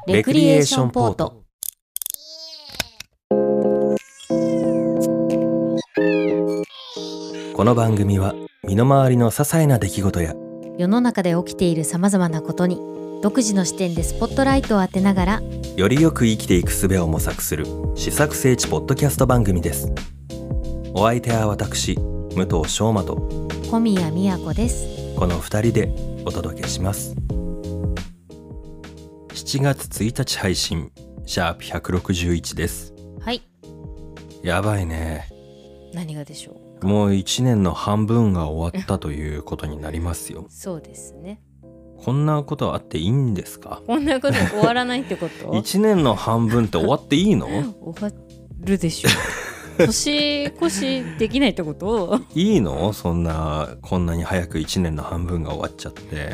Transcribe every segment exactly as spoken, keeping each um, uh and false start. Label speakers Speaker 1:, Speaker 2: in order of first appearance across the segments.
Speaker 1: レクリエーションポート。
Speaker 2: この番組は身の回りの些細な出来事や
Speaker 1: 世の中で起きているさまざまなことに独自の視点でスポットライトを当てながら
Speaker 2: よりよく生きていく術を模索する試作聖地ポッドキャスト番組です。お相手は私武藤翔馬と
Speaker 1: 小宮宮子です。
Speaker 2: このふたりでお届けします。しちがつついたち配信シャープひゃくろくじゅういちです。
Speaker 1: はい。
Speaker 2: やばいね。
Speaker 1: 何がでしょう。
Speaker 2: もういちねんの半分が終わったということになりますよ。
Speaker 1: そうですね。
Speaker 2: こんなことあっていいんですか？
Speaker 1: こんなこと終わらないってこと
Speaker 2: いちねんの半分って終わっていいの？
Speaker 1: 終わるでしょう。年越しできないってこと？
Speaker 2: いいの？そんなこんなに早くいちねんの半分が終わっちゃって。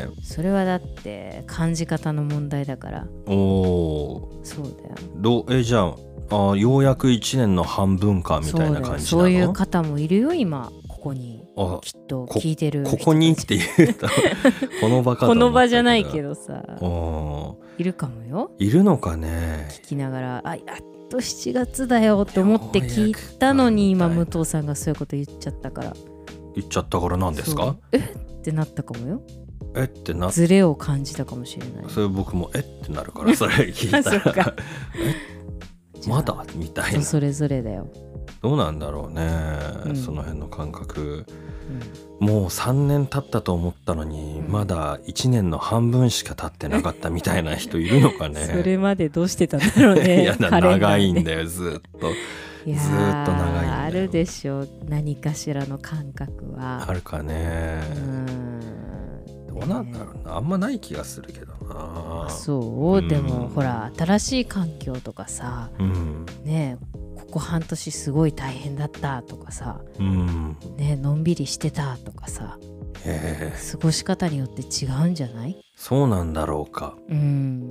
Speaker 1: それはだって感じ方の問題だから。
Speaker 2: おー、
Speaker 1: そうだよ。
Speaker 2: どえじゃああようやくいちねんの半分かみたいな感じなの？
Speaker 1: そういう方もいるよ今ここに。きっと聞いてる人たち。
Speaker 2: ここにっていうとこの場かと思ったけど。
Speaker 1: この場じゃないけどさ、
Speaker 2: お
Speaker 1: いるかもよ。
Speaker 2: いるのかね。
Speaker 1: 聞きながらあやっとしちがつだよと思って聞いたのに今武藤さんがそういうこと言っちゃったから。
Speaker 2: 言っちゃったから何ですか？
Speaker 1: えってなったかもよ。
Speaker 2: えってな
Speaker 1: ズレを感じたかもしれない。
Speaker 2: それ僕もえってなるからそれ聞いたら
Speaker 1: そっか
Speaker 2: えまだみたいな。
Speaker 1: それぞれだよ。
Speaker 2: どうなんだろうね、うん、その辺の感覚、うん、もうさんねん経ったと思ったのに、うん、まだいちねんの半分しか経ってなかったみたいな人いるのかね。
Speaker 1: それまでどうしてたんだろうね。
Speaker 2: いや長いんだよずっと。
Speaker 1: いや
Speaker 2: ずっと長いんだよ。
Speaker 1: あるでしょう何かしらの感覚は。
Speaker 2: あるかね。
Speaker 1: うん
Speaker 2: どうなんだろうな、あんまない気がするけどな。
Speaker 1: そう、うん、でもほら新しい環境とかさ、うん、ねえここ半年すごい大変だったとかさ、うんね、のんびりしてたとかさ、過ごし方によって違うんじゃない？
Speaker 2: そうなんだろうか。
Speaker 1: うん、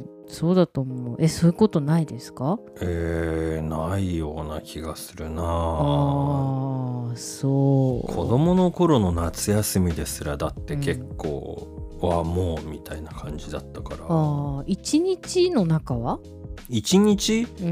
Speaker 1: そうだと思う。え、そういうことないですか？
Speaker 2: えー、ないような気がするな。
Speaker 1: あ、そう。
Speaker 2: 子供の頃の夏休みですらだって結構、うん、はもうみたいな感じだったから。
Speaker 1: あ、一日の中は？
Speaker 2: 一日、
Speaker 1: うん、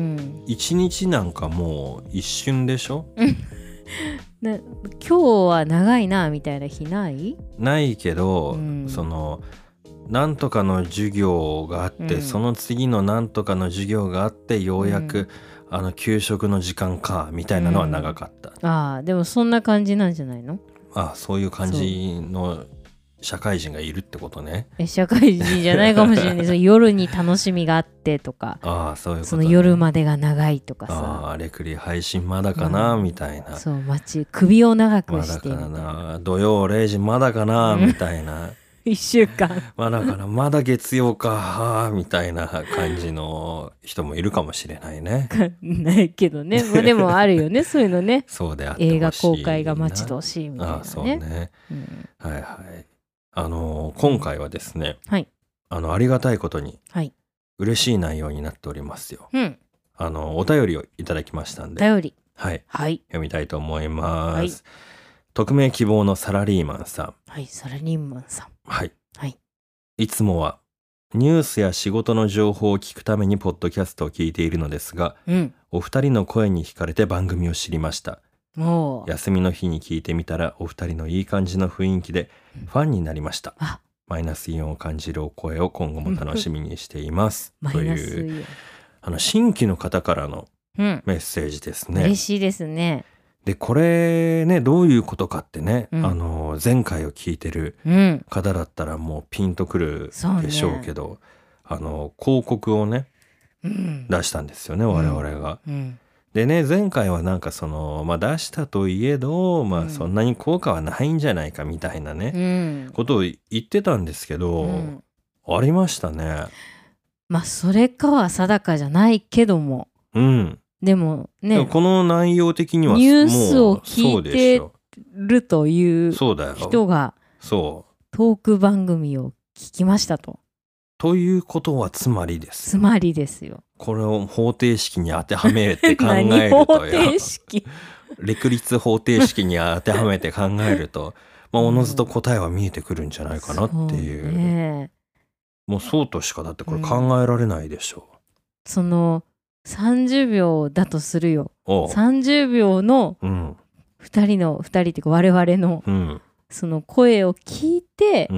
Speaker 2: 一日なんかもう一瞬でしょ。
Speaker 1: な今日は長いなみたいな日ない？
Speaker 2: ないけど、うん、そのなんとかの授業があって、うん、その次のなんとかの授業があってようやく、うん、あの給食の時間かみたいなのは長かった、
Speaker 1: うん、ああでもそんな感じなんじゃないの？
Speaker 2: ああそういう感じの社会人がいるってことね。
Speaker 1: え社会人じゃないかもしれない。その夜に楽しみがあってとか、
Speaker 2: ああそういうこと、ね、
Speaker 1: その夜までが長いとかさ、
Speaker 2: ああレクリ配信まだかな、うん、みたいな。
Speaker 1: そう待ち首を長くして
Speaker 2: まだかな、土曜れいじまだかな、みたいな。
Speaker 1: いっしゅうかん
Speaker 2: まだかな、まだ月曜かみたいな感じの人もいるかもしれないね。
Speaker 1: ないけどね、まあ、でもあるよねそういうのね。
Speaker 2: そうであってほしい。映
Speaker 1: 画公開が待ち遠しいみたいなね。
Speaker 2: ああそうね、うん、はいはい。あのー、今回はですね、うん、はい、あのありがたいことに、はい、嬉しい内容になっておりますよ、うん、あのお便りをいただきましたんで、
Speaker 1: 頼り、
Speaker 2: はい、
Speaker 1: はい、
Speaker 2: 読みたいと思います、はい、匿名希望のサラリーマンさん。
Speaker 1: はい、サラリーマンさん、
Speaker 2: はい、
Speaker 1: はい、
Speaker 2: いつもはニュースや仕事の情報を聞くためにポッドキャストを聞いているのですが、うん、お二人の声に惹かれて番組を知りました。休みの日に聞いてみたらお二人のいい感じの雰囲気でファンになりました、うん、マイナスイオンを感じるお声を今後も楽しみにしていますというあの新規の方からのメッセージですね、うん、
Speaker 1: 嬉しいですね。
Speaker 2: でこれねどういうことかってね、うん、あの前回を聞いてる方だったらもうピンとくるでしょうけど、うんね、あの広告をね、うん、出したんですよね我々が、うんうんでね、前回はなんかその、まあ、出したといえど、まあ、そんなに効果はないんじゃないかみたいなね、うん、ことを言ってたんですけど、うん、ありましたね。
Speaker 1: まあそれかは定かじゃないけども、うん、でもね
Speaker 2: でもこの内容的には
Speaker 1: ニュースを聞いてるという人が
Speaker 2: そう
Speaker 1: トーク番組を聞きましたと。
Speaker 2: ということはつまりです
Speaker 1: つまりですよ。
Speaker 2: これを方程式に当てはめて考えると
Speaker 1: 何方程式
Speaker 2: 歴率方程式に当てはめて考えるとまあおのずと答えは見えてくるんじゃないかなっていう、うん、そうね、もうそうとしかだってこれ考えられないでしょ
Speaker 1: そのさんじゅうびょうだとするよ。さんじゅうびょうのふたりのふたりっていうか我々の、うん、その声を聞いて、うん、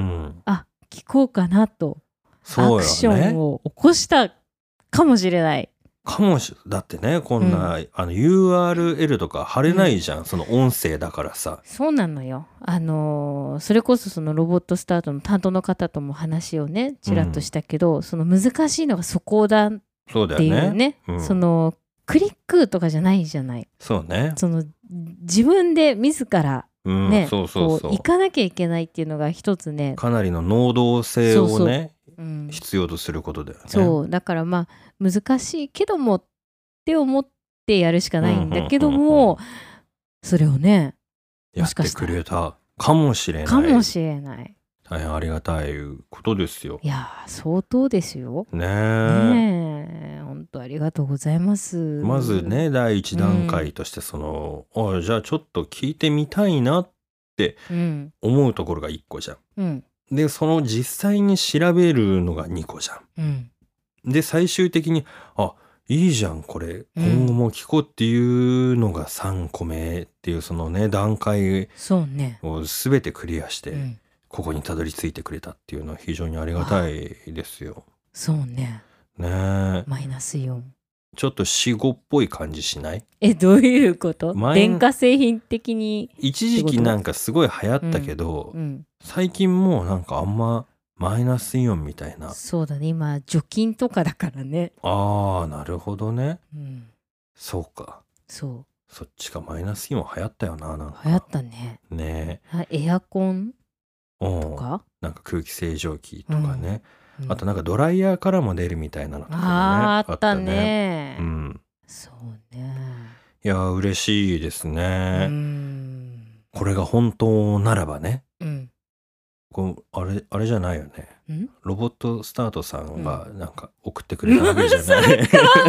Speaker 1: あ聞こうかなと、ね、アクションを起こしたかもしれない。
Speaker 2: かもしだってねこんな、うん、あの ユーアールエル とか貼れないじゃん、うん、その音声だからさ。
Speaker 1: そうなのよ。あのー、それこそそのロボットスタートの担当の方とも話をねちらっとしたけど、うん、その難しいのがそこだっていうね。
Speaker 2: そうだよね、うん、
Speaker 1: そのクリックとかじゃないじゃない。
Speaker 2: そうね。
Speaker 1: その自分で自らね、うん、そうそうそう、こう行かなきゃいけないっていうのが一つね
Speaker 2: かなりの能動性をねそうそう、うん、必要とすることだよね。
Speaker 1: そうだからまあ難しいけどもって思ってやるしかないんだけども、うんうんうんうん、それをね
Speaker 2: もしかしたらやってくれたかもしれない
Speaker 1: かもしれない
Speaker 2: 大変ありがたいことですよ。
Speaker 1: いや相当ですよ
Speaker 2: ねえ
Speaker 1: ねえ本当ありがとうございます。
Speaker 2: まずね第一段階としてその、うん、あじゃあちょっと聞いてみたいなって思うところがいっこじゃん、うん、でその実際に調べるのがにこじゃん、うん、で最終的にあいいじゃんこれ今後も聞こうっていうのがさんこめっていうそのね段階を全てクリアしてここにたどり着いてくれたっていうのは非常にありがたいですよ。
Speaker 1: そうね。
Speaker 2: ね
Speaker 1: マイナスよん。
Speaker 2: ちょっと死後っぽい感じしない？
Speaker 1: えどういうこと？電化製品的に
Speaker 2: 一時期なんかすごい流行ったけど、うんうん、最近もうなんかあんまマイナスイオンみたいな。
Speaker 1: そうだね今除菌とかだからね。
Speaker 2: ああなるほどね、
Speaker 1: うん、
Speaker 2: そうか
Speaker 1: そう
Speaker 2: そっちかマイナスイオン流行ったよななんか
Speaker 1: 流行ったね。
Speaker 2: ね
Speaker 1: エアコンとか
Speaker 2: なんか空気清浄機とかね、うんうん、あとなんかドライヤーからも出るみたいなのとかもね
Speaker 1: あ, あったね、
Speaker 2: うん、
Speaker 1: そうね
Speaker 2: いや嬉しいですね。うんこれが本当ならばね、うん、こうあれあれじゃないよね。ロボットスタートさんがなんか送ってくれたわけじゃない、うん、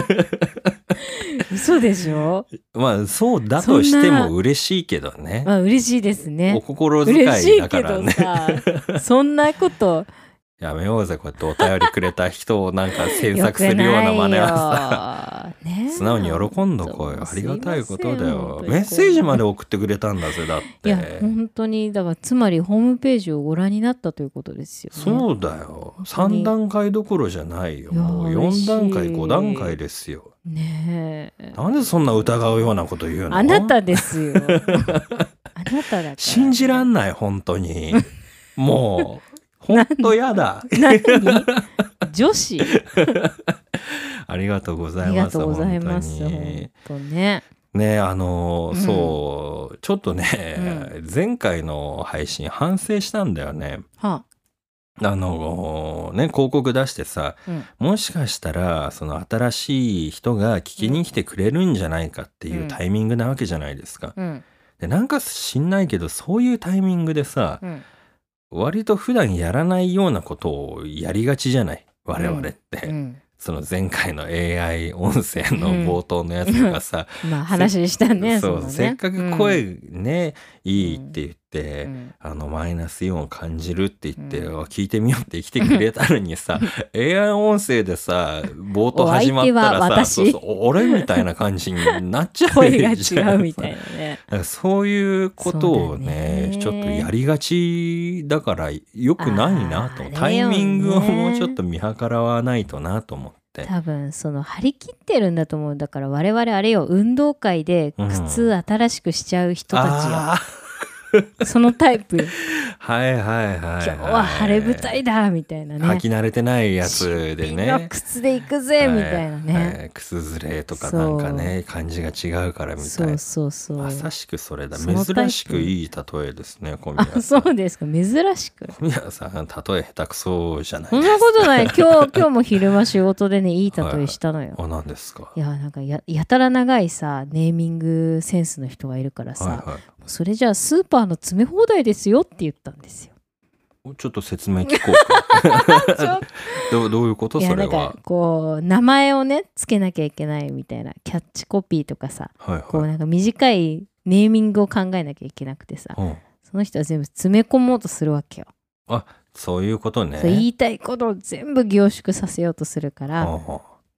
Speaker 1: 嘘でしょ。
Speaker 2: まあそうだとしても嬉しいけどね。
Speaker 1: まあ嬉しいですね。
Speaker 2: お心遣いだからね。
Speaker 1: 嬉しいけどさそんなこと
Speaker 2: やめようぜこうやってお便りくれた人をなんか詮索するような真似はさ、ね、素直に喜んどこうよ。ありがたいことだよ。メッセージまで送ってくれたんだぜだって。
Speaker 1: いや本当にだからつまりホームページをご覧になったということですよね。
Speaker 2: そうだよさん段階どころじゃないよ。もうよん段階ご段階ですよ。
Speaker 1: ねえ
Speaker 2: なんでそんな疑うようなこと言うの？
Speaker 1: あなたですよあなただから、ね、
Speaker 2: 信じらんない本当にもうほんとやだ。
Speaker 1: 何女子
Speaker 2: ありがとうございます。あり
Speaker 1: がとうございます。本当ね。
Speaker 2: ねあの、うん、そうちょっとね、うん、前回の配信反省したんだよね。
Speaker 1: は
Speaker 2: あ、あのね広告出してさ、うん、もしかしたらその新しい人が聞きに来てくれるんじゃないかっていうタイミングなわけじゃないですか。うん、でなんか知んないけどそういうタイミングでさ、うん割と普段やらないようなことをやりがちじゃない我々って、うんうん、その前回の エーアイ 音声の冒頭のやつとかさ、
Speaker 1: うん、まあ話したね。
Speaker 2: そう、ね、せっかく声ね、うん、いいって言って、うん、あのマイナスイオンを感じるって言って、うん、聞いてみようって来てくれたのにさエーアイ 音声でさ冒頭始まったらさそうそう俺みたいな感じになっちゃう
Speaker 1: 声が違うみたいなね。
Speaker 2: だからそういうことを ね, ねちょっとやりがちだからよくないなとタイミングをもうちょっと見計らわないとなと思って。
Speaker 1: 多分その張り切ってるんだと思う。だから我々あれよ運動会で靴新しくしちゃう人たちよ、うん、そのタイプ
Speaker 2: はいはいはい、はい、今
Speaker 1: 日は晴れ舞台だみたいなね
Speaker 2: 履き慣れてないやつでね
Speaker 1: の靴で行くぜみたいなね、はいはい、
Speaker 2: 靴ずれとかなんかね感じが違うからみたいな。
Speaker 1: そうそうそう
Speaker 2: まさしくそれだ。珍しくいい例えですね小宮さん。
Speaker 1: あそうですか珍しく
Speaker 2: 小宮さん例え下手くそじゃない
Speaker 1: ですか。そんなことない今日今日も昼間仕事でねいい例えしたのよ、
Speaker 2: はい、あ何ですか。
Speaker 1: いやなんか や, やたら長いさネーミングセンスの人がいるからさ、はいはい、それじゃあスーパーの詰め放題ですよって言ったんですよ。
Speaker 2: ちょっと説明聞こうかど, どういうことそれは。いやなんか
Speaker 1: こう名前をねつけなきゃいけないみたいなキャッチコピーとかさ、はいはい、こうなんか短いネーミングを考えなきゃいけなくてさ、うん、その人は全部詰め込もうとするわけよ。
Speaker 2: あそういうことね。
Speaker 1: そう言いたいことを全部凝縮させようとするから、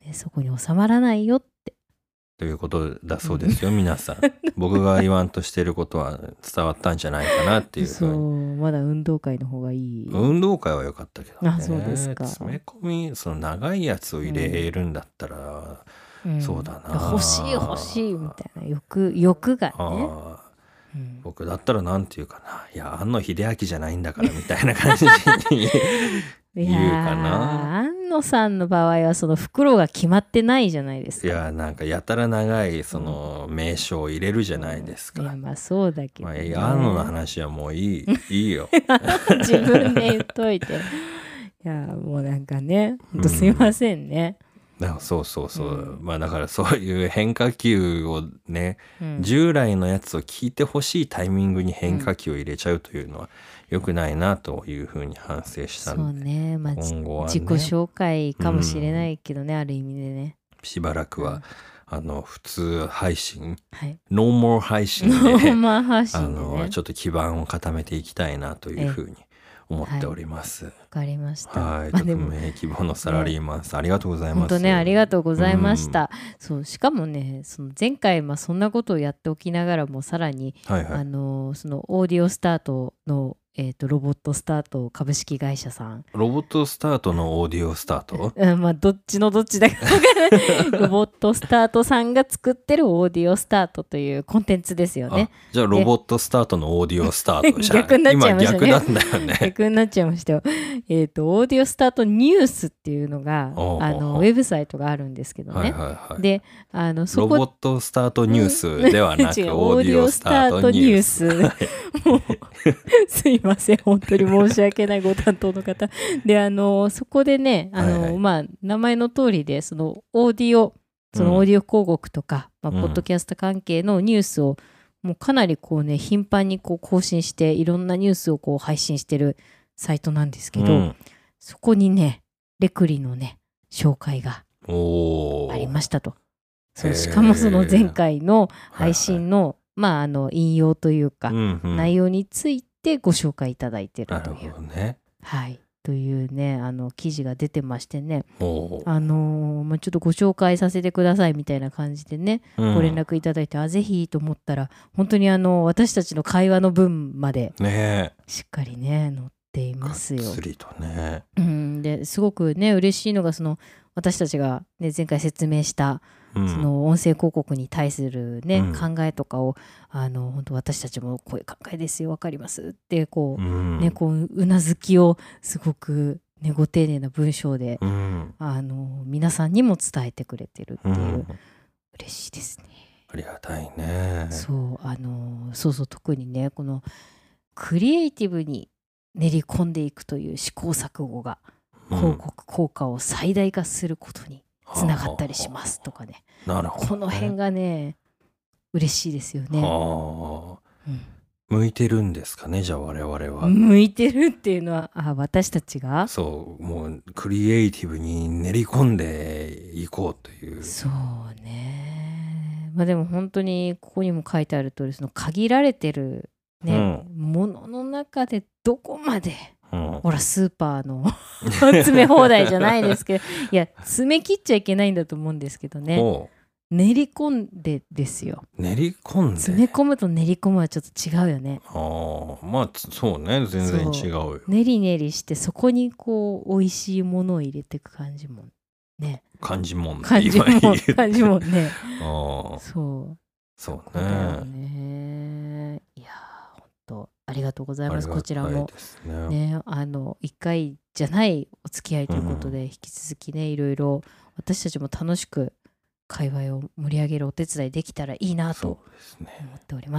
Speaker 1: ね、そこに収まらないよって
Speaker 2: ということだそうですよ、うん、皆さん。僕が言わんとしてることは伝わったんじゃないかなっていうふうに。
Speaker 1: そうまだ運動会の方がいい。
Speaker 2: 運動会は良かったけどね。
Speaker 1: あ、そうですか。
Speaker 2: 詰め込みその長いやつを入れるんだったら、うん、そうだな、
Speaker 1: 欲しい欲しいみたいな欲欲がね。あ、
Speaker 2: うん、僕だったらなんていうかな、いや庵野秀明じゃないんだからみたいな感じに言うかな。
Speaker 1: 庵野さんの場合はその袋が決まってないじゃないですか。
Speaker 2: いやなんかやたら長いその名称を入れるじゃないですか。
Speaker 1: うん、いやまあそうだけど、ね、
Speaker 2: まあ、庵野の話はもういいいいよ。
Speaker 1: 自分で言っといて。いやもうなんかねほんとすいませんね。
Speaker 2: うん、そうそうそう、うん、まあだからそういう変化球をね、うん、従来のやつを聞いてほしいタイミングに変化球を入れちゃうというのは良くないなというふうに反省したんで、
Speaker 1: そうね、まあ、今後はね自己紹介かもしれないけどね、うん、ある意味でね
Speaker 2: しばらくは、うん、あの普通配信、はい、ノーモー配信で、
Speaker 1: ノーマー配信で、ね、
Speaker 2: あのちょっと基盤を固めていきたいなというふうに思っております。わ、
Speaker 1: はい、かりました。
Speaker 2: はい、まあ、匿名希望のサラリーマンさん、ね、ありがとうございます。
Speaker 1: 本当ねありがとうございました。うん、そうしかもねその前回まあそんなことをやっておきながらもさらに、はいはい、あのそのオーディオスタートのえー、とロボットスタート株式会社さん。
Speaker 2: ロボットスタートのオーディオスタート、
Speaker 1: うん、まあどっちのどっちだか分からないロボットスタートさんが作ってるオーディオスタートというコンテンツですよね。
Speaker 2: じゃあロボットスタートのオーディオスタートじゃ
Speaker 1: 逆になっちゃいましたね。
Speaker 2: 今逆なんだよね。
Speaker 1: 逆になっちゃいましたよ。えっとオーディオスタートニュースっていうのがあのウェブサイトがあるんですけどね。はいはいはい、であのそこ
Speaker 2: ロボットスタートニュースではなくオーディオスタートニュース。
Speaker 1: もうすいません本当に申し訳ないご担当の方で、あのそこでねあの、はいはい、まあ、名前の通りでそのオーディオそのオーディオ広告とか、うんまあ、ポッドキャスト関係のニュースをもうかなりこうね頻繁にこう更新していろんなニュースをこう配信してるサイトなんですけど、うん、そこにねレクリのね紹介がありましたと。そうしかもその前回の配信の、はいはいまあ、あの引用というか、うんうん、内容についてご紹介いただいてるという、なるほどね、はい、というねあの記事が出てましてね、あのーまあ、ちょっとご紹介させてくださいみたいな感じでね、うん、ご連絡いただいてあぜひと思ったら本当にあの私たちの会話の分までしっかりね載っていますよ。
Speaker 2: がっつりとね、
Speaker 1: うん、ですごくね嬉しいのがその私たちが、ね、前回説明したその音声広告に対する、ねうん、考えとかをあの本当私たちもこういう考えですよ分かりますってこう、うんね、こううなずきをすごく、ね、ご丁寧な文章で、うん、あの皆さんにも伝えてくれてるっていう、うん、嬉しいですね。
Speaker 2: ありがたいね。
Speaker 1: そうあのそうそう特にねこのクリエイティブに練り込んでいくという試行錯誤が広告効果を最大化することにつながったりしますとかね、
Speaker 2: なるほどね、
Speaker 1: この辺がね嬉しいですよね。
Speaker 2: はあ、うん、向いてるんですかねじゃあ我々は。
Speaker 1: 向いてるっていうのはあ私たちが
Speaker 2: そうもうクリエイティブに練り込んでいこうという。
Speaker 1: そうね、まあ、でも本当にここにも書いてある通りその限られてるね、うん、ものの中でどこまでうん、ほらスーパーの詰め放題じゃないですけどいや詰め切っちゃいけないんだと思うんですけどね練り込んでですよ。
Speaker 2: 練り込んで
Speaker 1: 詰め込むと練り込むはちょっと違うよね。
Speaker 2: ああまあそうね全然違うよ。
Speaker 1: 練り練りしてそこにこう美味しいものを入れていく感じもね。
Speaker 2: 感じもん
Speaker 1: 感じもん感じもんね。
Speaker 2: あ
Speaker 1: そう
Speaker 2: そうね。
Speaker 1: ねいや本当ありがとうございます。こちらもね、ねあのいっかいじゃないお付き合いということで、うん、引き続きねいろいろ私たちも楽しく界隈を盛り上げるお手伝いできたらいいなと思っております。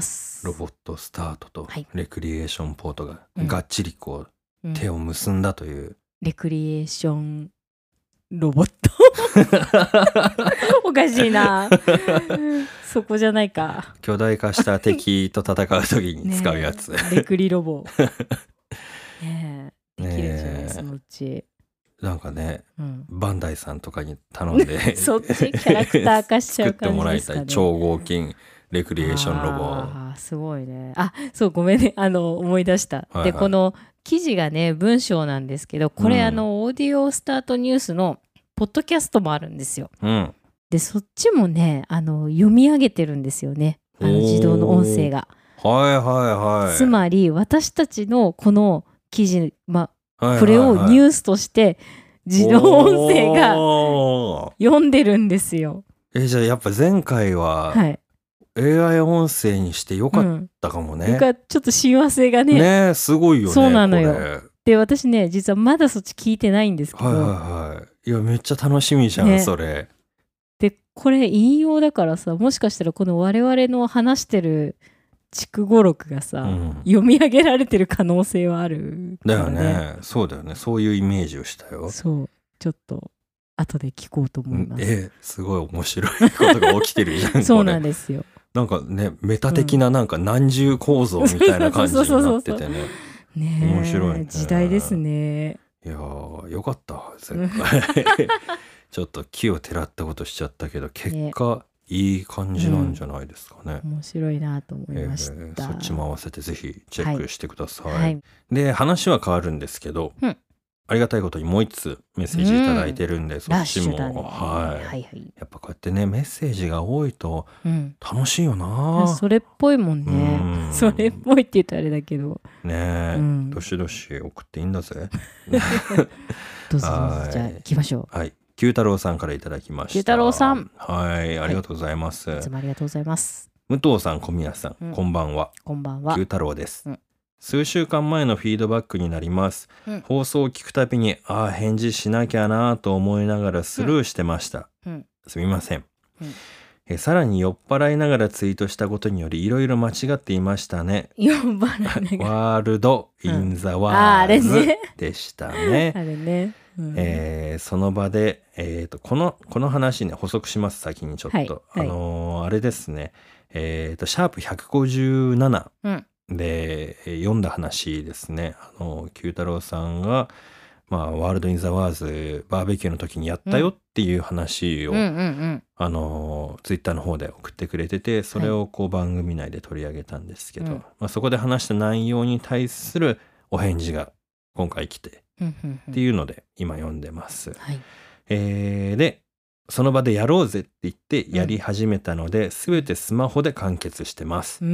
Speaker 2: ロボットスタートとレクリエーションポートががっちりこう、うん、手を結んだという、うん、
Speaker 1: レクリエーションロボットおかしいなそこじゃないか。
Speaker 2: 巨大化した敵と戦う時に使うやつ、
Speaker 1: ね、レクリロボねえできるじゃない、ね、そのうち
Speaker 2: なんかね、うん、バンダイさんとかに頼んで
Speaker 1: そっちキャラクター化しちゃう感じですかね。作ってもらいたい
Speaker 2: 超合金レクリエーションロボ。
Speaker 1: あすごいね。あそうごめんねあの思い出した、はいはい、でこの記事がね文章なんですけどこれ、うん、あのオーディオスタートニュースのポッドキャストもあるんですよ。
Speaker 2: うん、
Speaker 1: でそっちもねあの読み上げてるんですよね、あの自動の音声が。
Speaker 2: はいはいはい。
Speaker 1: つまり私たちのこの記事、まあ、
Speaker 2: はいはいはい、
Speaker 1: これをニュースとして自動音声が読んでるんですよ。
Speaker 2: えじゃあやっぱ前回は、はい、エーアイ 音声にしてよかったかもね。うん、
Speaker 1: よかちょっと親和性がね。
Speaker 2: ねすごいよね。
Speaker 1: そうなのよ。で私ね実はまだそっち聞いてないんですけど。
Speaker 2: はいはいはい。いやめっちゃ楽しみじゃん、ね、それ。
Speaker 1: でこれ引用だからさ、もしかしたらこの我々の話してる筑後録がさ、うん、読み上げられてる可能性はあるから、ね、
Speaker 2: だよね。そうだよね。そういうイメージをしたよ。
Speaker 1: そうちょっと後で聞こうと思います。
Speaker 2: えすごい面白いことが起きてるじゃん。
Speaker 1: そうなんですよ。
Speaker 2: なんかねメタ的ななんか何重構造みたいな感じになっててね。
Speaker 1: ね
Speaker 2: 面白いね。
Speaker 1: 時代ですね。
Speaker 2: いやーよかった前回ちょっと木をてらったことしちゃったけど結果、ね、いい感じなんじゃないですかね。
Speaker 1: うん、面白いなと思いました、え
Speaker 2: ー、そっちも合わせてぜひチェックしてください、
Speaker 1: はいはい、
Speaker 2: で話は変わるんですけど、うん、ありがたいことにもう一つメッセージいただいてるんで、うん、そっちも、ねはいはいはい、やっぱこうやってねメッセージが多いと楽しいよな、
Speaker 1: うん、それっぽいもんね、うん、それっぽいって言ったらあれだけど
Speaker 2: ねえ、うん、どしどし送っていいんだぜ
Speaker 1: どうぞどうぞじゃあ行きましょ
Speaker 2: う。はい九太郎さんからいただきました。
Speaker 1: 九太郎さん、
Speaker 2: はいありがとうございます、はい、
Speaker 1: いつもありがとうございます。
Speaker 2: 武藤さん小宮さん、うん、こんばんは。
Speaker 1: こんばんは。
Speaker 2: 九太郎です、うん、数週間前のフィードバックになります、うん、放送を聞くたびにああ返事しなきゃなと思いながらスルーしてました、うん、すみません、うん、えさらに酔っ払いながらツイートしたことによりいろいろ間違っていましたね。
Speaker 1: 酔っ払いながら
Speaker 2: ワールドインザワーズでしたね。
Speaker 1: あれね
Speaker 2: うんえー、その場で、えー、とこのこの話ね補足します先にちょっと、はいはい、あのー、あれですねえー、とシャープひゃくごじゅうななで、うん、読んだ話ですね。あの九太郎さんが、まあ、ワールドインザワーズバーベキューの時にやったよっていう話を、うんうんうんうん、あのツイッターの方で送ってくれてて、それをこう番組内で取り上げたんですけど、はいまあ、そこで話した内容に対するお返事が今回来てっていうので今読んでます、はいえー、でその場でやろうぜって言ってやり始めたので、うん、全てスマホで完結してます、うん、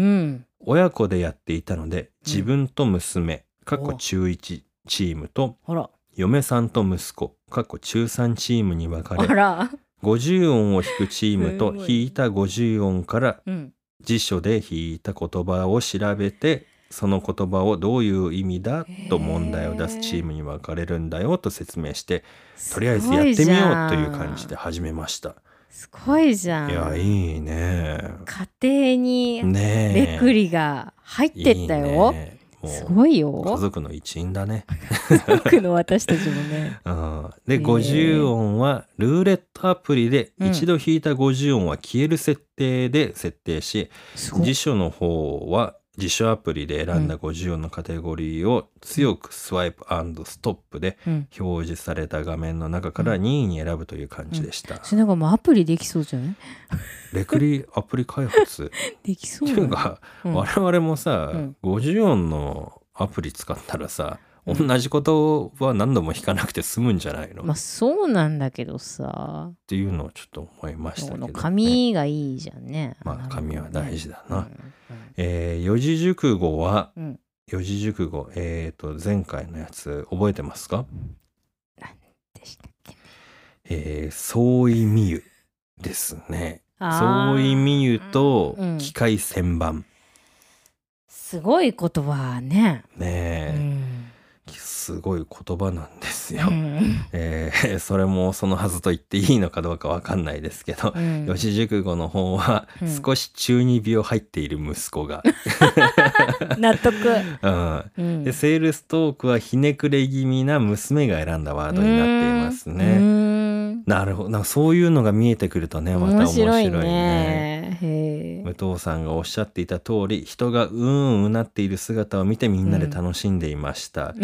Speaker 2: 親子でやっていたので自分と娘、かっこ中いちチームと嫁さんと息子かっこ中さんチームに分かれごじゅう音を弾くチームと弾いたごじゅう音から辞書で弾いた言葉を調べてその言葉をどういう意味だと問題を出すチームに分かれるんだよと説明してとりあえずやってみようという感じで始めました。
Speaker 1: すごいじゃん。
Speaker 2: いやいいね。
Speaker 1: 家庭にレクリが入ってったよ。ね、いいね、すごいよ。
Speaker 2: 家族の一員だね。
Speaker 1: 家族の私たちもね。
Speaker 2: うん、でごじゅう音はルーレットアプリで一度弾いたごじゅう音は消える設定で設定し、うん、辞書の方は辞書アプリで選んだごじゅう音のカテゴリーを強くスワイプ&ストップで表示された画面の中から任意に選ぶという感じでした。うんうん、
Speaker 1: それなんかもうアプリできそうじゃない？
Speaker 2: レクリアプリ開発
Speaker 1: できそうだ、
Speaker 2: ね、っていうか、うん、我々もさ、うん、ごじゅう音のアプリ使ったらさ同じことは何度も弾かなくて済むんじゃないの？
Speaker 1: まあそうなんだけどさ
Speaker 2: っていうのをちょっと思いましたけど、ね、
Speaker 1: 紙がいいじゃんね。
Speaker 2: まあ紙は大事だな、うんうんえー、四字熟語は、うん、四字熟語えっ、ー、と前回のやつ覚えてますか？
Speaker 1: 何でしたっけ？
Speaker 2: えー、相違見湯ですね。相違見湯と機械旋盤、うん、
Speaker 1: すごい言葉ね。
Speaker 2: ねえ、うんすごい言葉なんですよ、うんえー、それもそのはずと言っていいのかどうか分かんないですけど、うん、四字熟語の方は少し中二病入っている息子が、
Speaker 1: うん、納得、
Speaker 2: うんうん、でセールストークはひねくれ気味な娘が選んだワードになっていますね。うんなるほど。なんかそういうのが見えてくるとねまた面白いね。面白いね。へ武藤さんがおっしゃっていた通り人がうーんうなっている姿を見てみんなで楽しんでいました、うん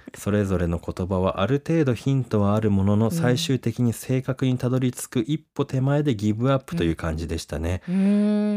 Speaker 2: それぞれの言葉はある程度ヒントはあるものの、うん、最終的に正確にたどり着く一歩手前でギブアップという感じでしたね、うん、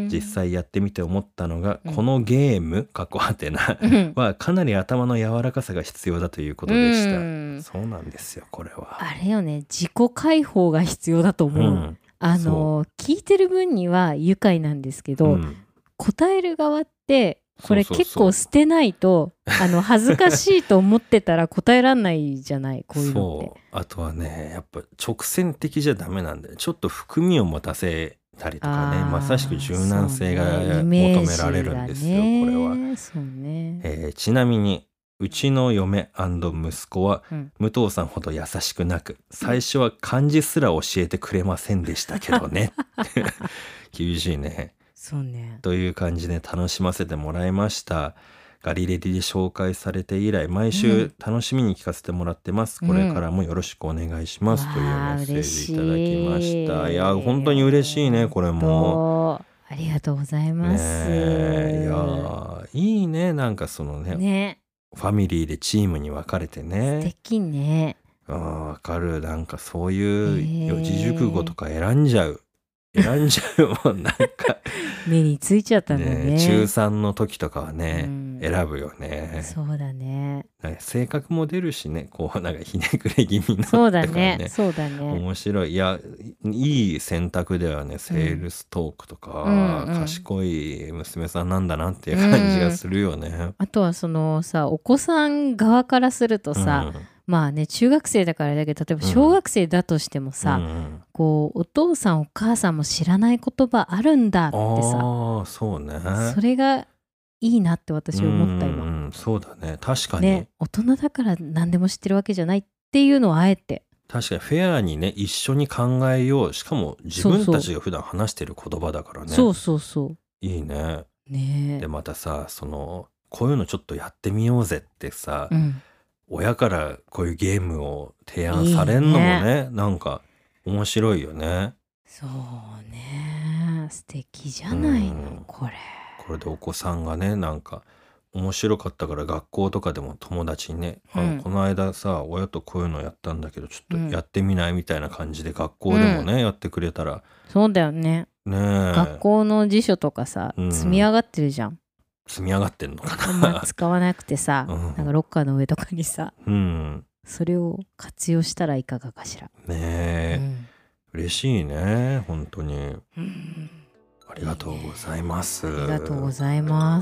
Speaker 2: 実際やってみて思ったのが、うん、このゲーム過去はてなはかなり頭の柔らかさが必要だということでした、うん、そうなんですよ。これは
Speaker 1: あれよね、自己解放が必要だと思う、うん、あの聞いてる分には愉快なんですけど、うん、答える側ってこれ結構捨てないと、あの恥ずかしいと思ってたら答えらんないじゃない、こういうのって。
Speaker 2: そう、あとはね、やっぱ直線的じゃダメなんで、ちょっと含みを持たせたりとかね、まさしく柔軟性が求められるんですよ、ね、これは。
Speaker 1: そうね、
Speaker 2: えー、ちなみにうちの嫁&息子は、うん、武藤さんほど優しくなく、最初は漢字すら教えてくれませんでしたけどね。厳しいね。
Speaker 1: そうね。
Speaker 2: という感じで楽しませてもらいました。ガリレディで紹介されて以来、毎週楽しみに聞かせてもらってます、うん、これからもよろしくお願いします、うん、というメッセージいただきました。いや本当に嬉しいね、これも。
Speaker 1: ありがとうございます、
Speaker 2: ね、いやいいね、なんかその ね, ねファミリーでチームに分かれてね、
Speaker 1: 素敵ね。
Speaker 2: あ、分かる。なんかそういう四字熟語とか選んじゃう、選んじゃうもん、なんか
Speaker 1: 目についちゃったんだね。
Speaker 2: ね、中さんの時とかはね、うん、選ぶよね。
Speaker 1: そうだね。
Speaker 2: 性格も出るしね、こうなんかひねくれ気味の、ね、
Speaker 1: そうだね、そうだね。
Speaker 2: 面白い。いや、いい選択ではね、セールストークとか、うんうんうん、賢い娘さんなんだなっていう感じがするよね、うん、
Speaker 1: あとはそのさ、お子さん側からするとさ、うん、まあね、中学生だからだけど、例えば小学生だとしてもさ、うん、こうお父さんお母さんも知らない言葉あるんだってさ、
Speaker 2: あ、そうね、
Speaker 1: それがいいなって私は思った今。
Speaker 2: うん、そうだね、確かに、
Speaker 1: ね、大人だから何でも知ってるわけじゃないっていうのをあえて、
Speaker 2: 確かにフェアにね、一緒に考えよう。しかも自分たちが普段話してる言葉だからね。
Speaker 1: そうそうそう。
Speaker 2: いいね。
Speaker 1: ねえ。
Speaker 2: でまたさ、そのこういうのちょっとやってみようぜってさ、うん、親からこういうゲームを提案されんのもね、いいね、なんか面白いよね。
Speaker 1: そうね、素敵じゃないの、うん、これ。
Speaker 2: これでお子さんがね、なんか面白かったから学校とかでも友達にね、うん、あのこの間さ親とこういうのやったんだけどちょっとやってみないみたいな感じで学校でもね、うん、やってくれたら。
Speaker 1: そうだよね。
Speaker 2: ね
Speaker 1: え、学校の辞書とかさ、うん、積み上がってるじゃん。
Speaker 2: 積み上がってんのかな。
Speaker 1: あんま使わなくてさ、うん、なんかロッカーの上とかにさ、うん、それを活用したらいかがかしら。
Speaker 2: ねえ、うん、嬉しいね本当に、うん、ありがとうございます。
Speaker 1: いいね、ありがとうございます。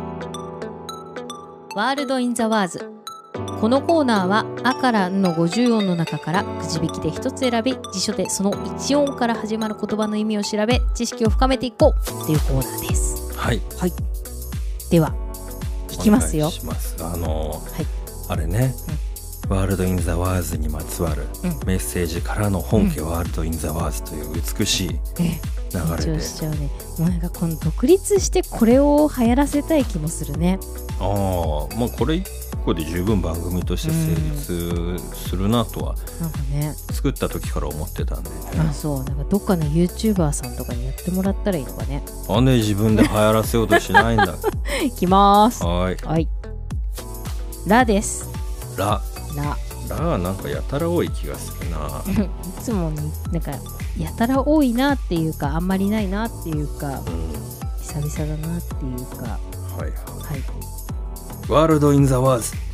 Speaker 1: ワールドインザワーズ。このコーナーはあからんのごじゅう音の中からくじ引きで一つ選び、辞書でそのいち音から始まる言葉の意味を調べ、知識を深めていこうっていうコーナーです。
Speaker 2: はい、
Speaker 1: はい、では引きますよ。
Speaker 2: お願いします。あのーはい、あれね、うん、ワールドインザワーズにまつわるメッセージからの本家ワールドインザワーズという美しい流れで、
Speaker 1: 緊張しちゃうね。もうなんかこの独立してこれを流行らせたい気もするね。
Speaker 2: ああ、まあこれ一個で十分番組として成立するなとは、なんかね、作った時から思ってたんでね。
Speaker 1: あ、そう、なんかどっかの YouTuber さんとかにやってもらったらいいのかね。
Speaker 2: なんで自分で流行らせようとしないんだ。
Speaker 1: いきます。
Speaker 2: はい、
Speaker 1: はい、ラです。
Speaker 2: ラ
Speaker 1: ラ
Speaker 2: ラはなんかやたら多い気がするな。
Speaker 1: いつもなんかやたら多いなっていうか、あんまりないなっていうか、うん、久々だなっていうか。
Speaker 2: はいはい、はい、
Speaker 1: ワ
Speaker 2: ールドインザワーズ。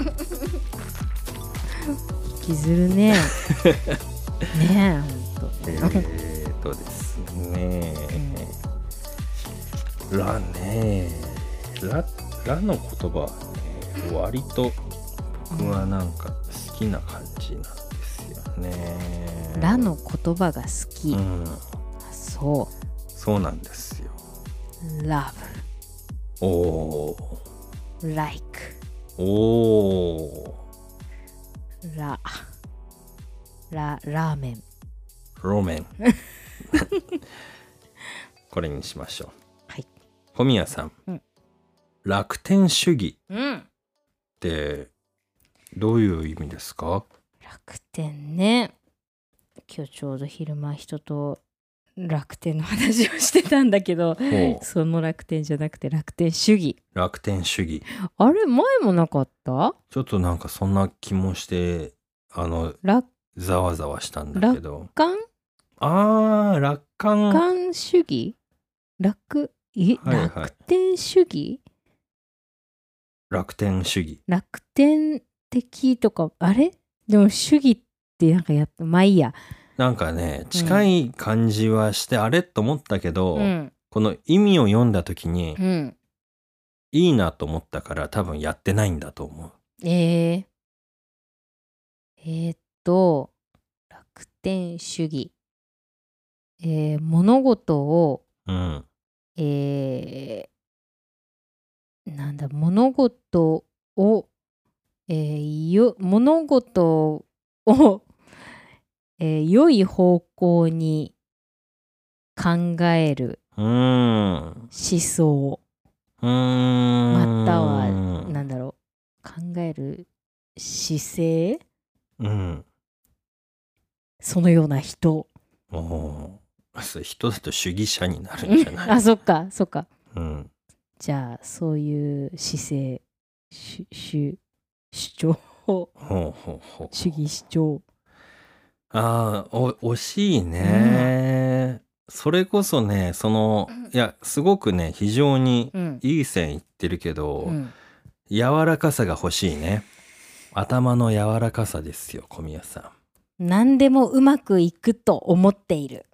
Speaker 1: 引きずるね。ねえ、ほんと。
Speaker 2: えーとですね、うん、ラね、ララの言葉はね、割と僕はなんか好きな感じなんですよね。
Speaker 1: ラの言葉が好き、うん、そう
Speaker 2: そうなんですよ。
Speaker 1: Love、
Speaker 2: お
Speaker 1: ー Like、
Speaker 2: おー、
Speaker 1: ラララーメン、
Speaker 2: ローメン。これにしましょう。
Speaker 1: はい。
Speaker 2: 小宮さん、うん、楽天主義ってどういう意味ですか？
Speaker 1: 楽天ね。今日ちょうど昼間人と楽天の話をしてたんだけど、その楽天じゃなくて楽天主義。
Speaker 2: 楽天主義。
Speaker 1: あれ前もなかった？
Speaker 2: ちょっとなんかそんな気もしてあのざわざわしたんだけど。
Speaker 1: 楽観？
Speaker 2: あー楽観。
Speaker 1: 楽観主義？楽え、はいはい、楽天主義？
Speaker 2: 楽天主義。
Speaker 1: 楽天的とかあれ？でも主義ってなんかやっまあいいや。
Speaker 2: なんかね近い感じはして、うん、あれと思ったけど、うん、この意味を読んだ時に、うん、いいなと思ったから多分やってないんだと思う。
Speaker 1: えー、えー、っと楽天主義、えー、物事を、うん、えー、なんだ物事を、えー、よ物事をえー、良い方向に考える思想、うーんまたはなんだろう考える姿勢、うん、そのような人。
Speaker 2: お人だと主義者になるんじゃない？
Speaker 1: あ、そっかそっか、うん、じゃあそういう姿勢主主主張ほうほうほう主義主張。
Speaker 2: ああ、お惜しいね、うん、それこそねそのいやすごくね非常にいい線いってるけど、うん、柔らかさが欲しいね。頭の柔らかさですよ小宮さ
Speaker 1: ん。何でもうまくいくと思っている。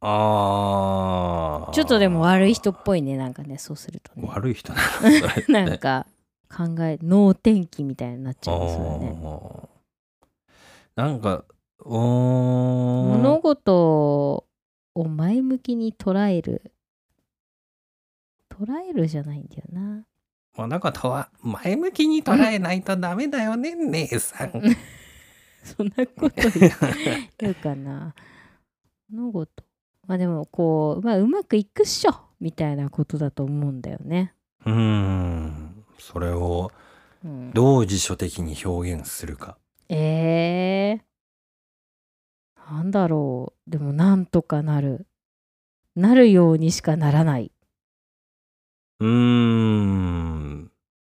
Speaker 2: あ
Speaker 1: あちょっとでも悪い人っぽいねなんかねそうするとね。
Speaker 2: 悪い人なのそれって
Speaker 1: なんか考え能天気みたいになっちゃうんですよね。
Speaker 2: なんか
Speaker 1: 物事を前向きに捉える捉えるじゃないんだよな。
Speaker 2: 物事は前向きに捉えないとダメだよね姉さん。
Speaker 1: そんなこと言うかな。物事まあでもこう、まあ、うまくいくっしょみたいなことだと思うんだよね。
Speaker 2: うーんそれをどう辞書的に表現するか、
Speaker 1: うん、えーなんだろう。でもなんとかなるなるようにしかならない。
Speaker 2: うーん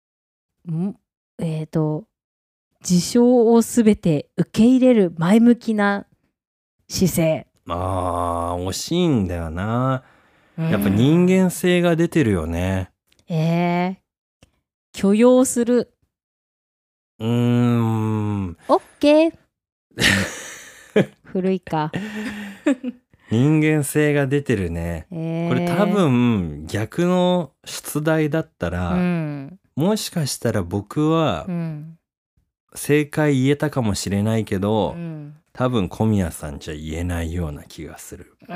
Speaker 1: えっと事象をすべて受け入れる前向きな姿勢。
Speaker 2: あー惜しいんだよな。やっぱ人間性が出てるよね。
Speaker 1: えー、許容する。
Speaker 2: うーん
Speaker 1: オッケー古いか
Speaker 2: 人間性が出てるね、えー、これ多分逆の出題だったら、うん、もしかしたら僕は正解言えたかもしれないけど、うん、多分小宮さんじゃ言えないような気がする、うん、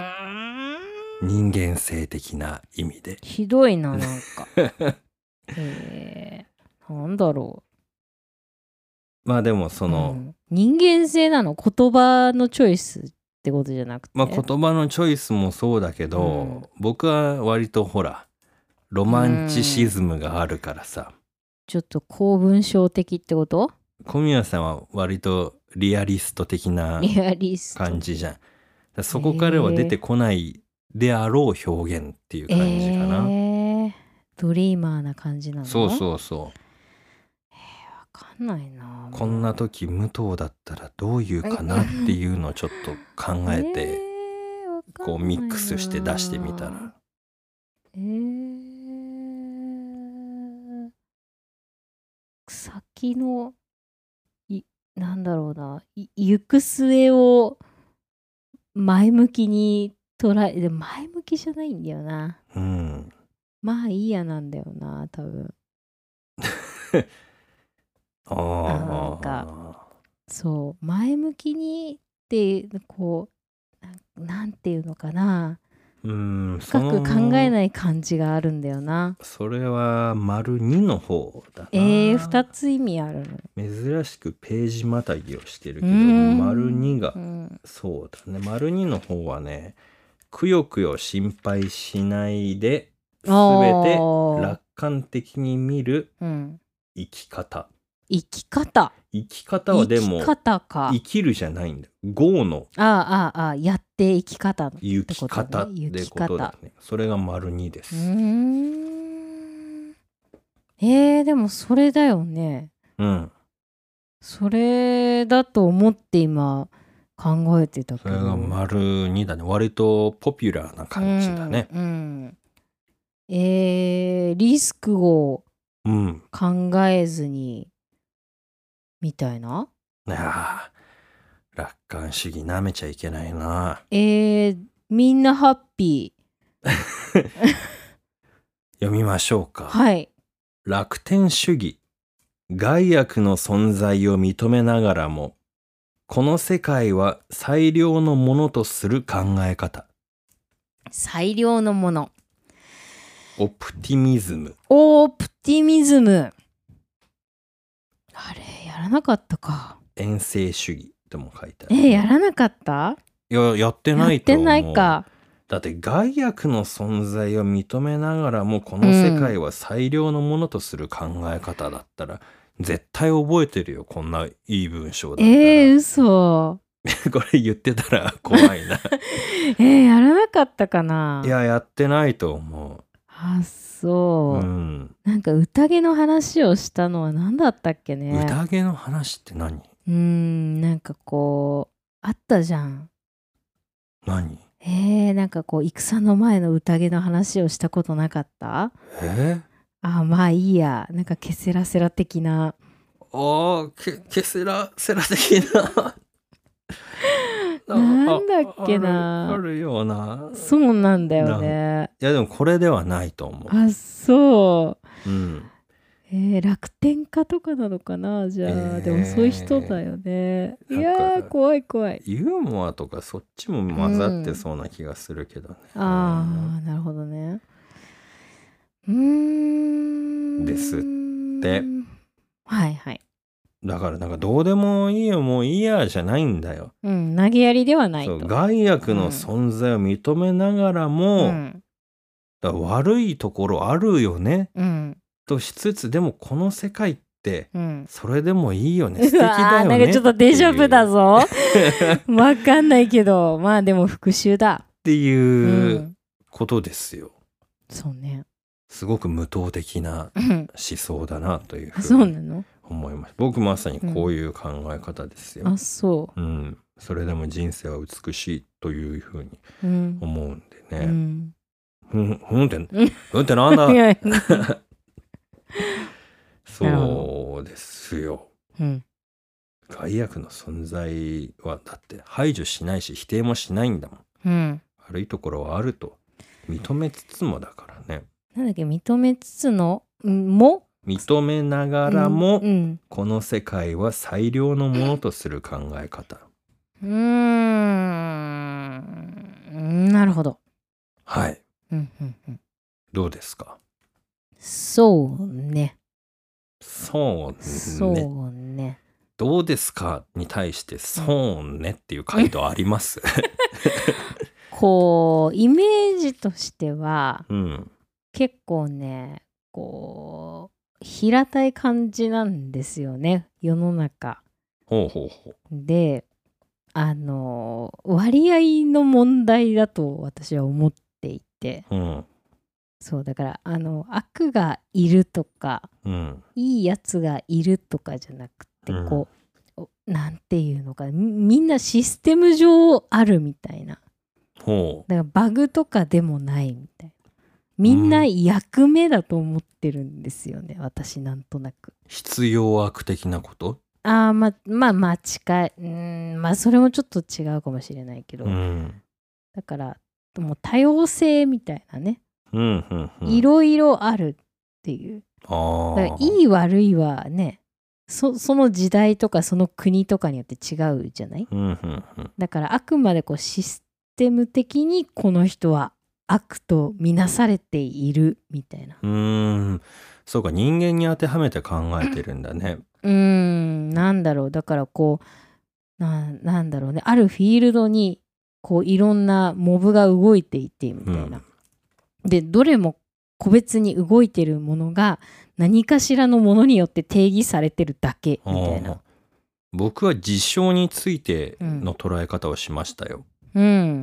Speaker 2: 人間性的な意味で。
Speaker 1: ひどいななんかえー、なんだろ
Speaker 2: う。まあでもその、うん、
Speaker 1: 人間性なの言葉のチョイスってことじゃなくて、
Speaker 2: まあ言葉のチョイスもそうだけど、うん、僕は割とほらロマンチシズムがあるからさ、
Speaker 1: ちょっと公文章的ってこと？
Speaker 2: 小宮さんは割とリアリスト的な感じじゃん。そこからは出てこないであろう表現っていう感じかな、
Speaker 1: えー、ドリーマーな感じなの？
Speaker 2: そうそうそう。
Speaker 1: わかんないな。
Speaker 2: こんな時武藤だったらどういうかなっていうのをちょっと考えて、えー、こうミックスして出してみたら、え
Speaker 1: ー、先のいなんだろうな行く末を前向きに捉えで前向きじゃないんだよな、うん、まあいいやなんだよな多分あなんかそう前向きにってこう な, なんていうのかな、うん深く考えない感じがあるんだよな。
Speaker 2: それは丸にの方だな。
Speaker 1: えー、ふたつ意味あるの。
Speaker 2: 珍しくページまたぎをしてるけど丸にが、うん、そうだね丸にの方はねくよくよ心配しないですべて楽観的に見る生き方、
Speaker 1: 生き方。
Speaker 2: 生き方はでも
Speaker 1: 生き方か。
Speaker 2: 生きるじゃないんだよ。業の
Speaker 1: ああああやって生き方って
Speaker 2: 行き
Speaker 1: ことね。
Speaker 2: 方ってことだね。それが丸にです。
Speaker 1: うーん。えー、でもそれだよね。
Speaker 2: うん。
Speaker 1: それだと思って今考えてたけど。
Speaker 2: それが丸にだね。割とポピュラーな感じだね。
Speaker 1: うん。うん、えー、リスクを考えずに、うん、みたいな。
Speaker 2: いやー、楽観主義なめちゃいけないな。
Speaker 1: えー、みんなハッピー。
Speaker 2: 読みましょうか。
Speaker 1: はい。
Speaker 2: 楽天主義。害悪の存在を認めながらも、この世界は最良のものとする考え方。
Speaker 1: 最良のもの。
Speaker 2: オプティミズム。
Speaker 1: オプティミズム。あれ、やらなかったか。
Speaker 2: 遠征主義とも書いてある。
Speaker 1: え、やらなかった？
Speaker 2: いや、やってないと思う。
Speaker 1: やってないか。
Speaker 2: だって害悪の存在を認めながらもこの世界は最良のものとする考え方だったら、うん、絶対覚えてるよ。こんないい文章だったら。
Speaker 1: えー、嘘。
Speaker 2: これ言ってたら怖いな。
Speaker 1: えー、やらなかったかな。
Speaker 2: いや、やってないと思う。
Speaker 1: あ、そう、うん、なんか宴の話をしたのは何だったっけね。
Speaker 2: 宴の話って何？
Speaker 1: うーん、なんかこうあったじゃん。
Speaker 2: 何？
Speaker 1: えー、なんかこう戦の前の宴の話をしたことなかった？
Speaker 2: えー、
Speaker 1: あ、まあいいや。なんかケセラセラ的な。
Speaker 2: ああ、ケケセラセラ的な。
Speaker 1: なんだっけな。
Speaker 2: ある、あるような。
Speaker 1: そうなんだよね。
Speaker 2: いやでもこれではないと思う。
Speaker 1: あ、そう。
Speaker 2: うん。
Speaker 1: えー、楽天家とかなのかな、じゃあ、えー、でもそういう人だよね。いやー、怖い怖い。
Speaker 2: ユーモアとかそっちも混ざってそうな気がするけどね。
Speaker 1: うん、ああ、なるほどね。うーん。
Speaker 2: ですって。
Speaker 1: はいはい。
Speaker 2: だからなんかどうでもいいよ、もういいやじゃないんだよ。
Speaker 1: うん、投げやりではないと。
Speaker 2: そう、害悪の存在を認めながらも、うん、だから悪いところあるよね。うんとしつつ、でもこの世界ってそれでもいいよね、うん、素敵だよね。
Speaker 1: なんかちょっとデジャブだぞ。わかんないけど、まあでも復讐だ
Speaker 2: っていうことですよ。
Speaker 1: うん、そうね。
Speaker 2: すごく無党的な思想だなというふ
Speaker 1: うに
Speaker 2: 思います。僕まさにこういう考え方ですよ。
Speaker 1: うん、あ、そう。
Speaker 2: うん。それでも人生は美しいというふうに思うんでね。うん。ふん、ふんって、ふんってなんだ。そうですよ。うん、害悪の存在はだって排除しないし否定もしないんだもん。うん、悪いところはあると認めつつもだからね。
Speaker 1: なんだっけ、認めつつのも
Speaker 2: 認めながらも、うんうん、この世界は最良のものとする考え方。
Speaker 1: うーん、なるほど。
Speaker 2: はい、
Speaker 1: うんうんうん、
Speaker 2: どうですか？
Speaker 1: そうね。
Speaker 2: そうね。
Speaker 1: そうね。
Speaker 2: どうですかに対してそうねっていう回答あります？
Speaker 1: こうイメージとしては、
Speaker 2: うん、
Speaker 1: 結構ね、こう平たい感じなんですよね、世の中。
Speaker 2: ほうほうほう。
Speaker 1: で、あの割合の問題だと私は思っていて、うん、そうだからあの悪がいるとか、うん、いいやつがいるとかじゃなくて、こう、うん、なんていうのか、みんなシステム上あるみたいな。
Speaker 2: ほう。
Speaker 1: だからバグとかでもないみたいな。みんな役目だと思ってるんですよね、うん、私なんとなく。
Speaker 2: 必要悪的なこと？
Speaker 1: ああ、まあまあまあ近い。うーん、まあそれもちょっと違うかもしれないけど、うん、だからもう多様性みたいなね、
Speaker 2: うんうんうん、
Speaker 1: いろいろあるっていう。
Speaker 2: あ
Speaker 1: だからいい悪いはね、そ, その時代とかその国とかによって違うじゃない、
Speaker 2: うんうんうん、
Speaker 1: だからあくまでこうシステム的にこの人は悪とみなされているみたいな。
Speaker 2: うーん、そうか、人間に当てはめて考えてるんだね。
Speaker 1: うーん、なんだろう、だからこう な, なんだろうね、あるフィールドにこういろんなモブが動いていてみたいな、うん、でどれも個別に動いてるものが何かしらのものによって定義されてるだけみたいな。
Speaker 2: 僕は事象についての捉え方をしましたよ。
Speaker 1: うん、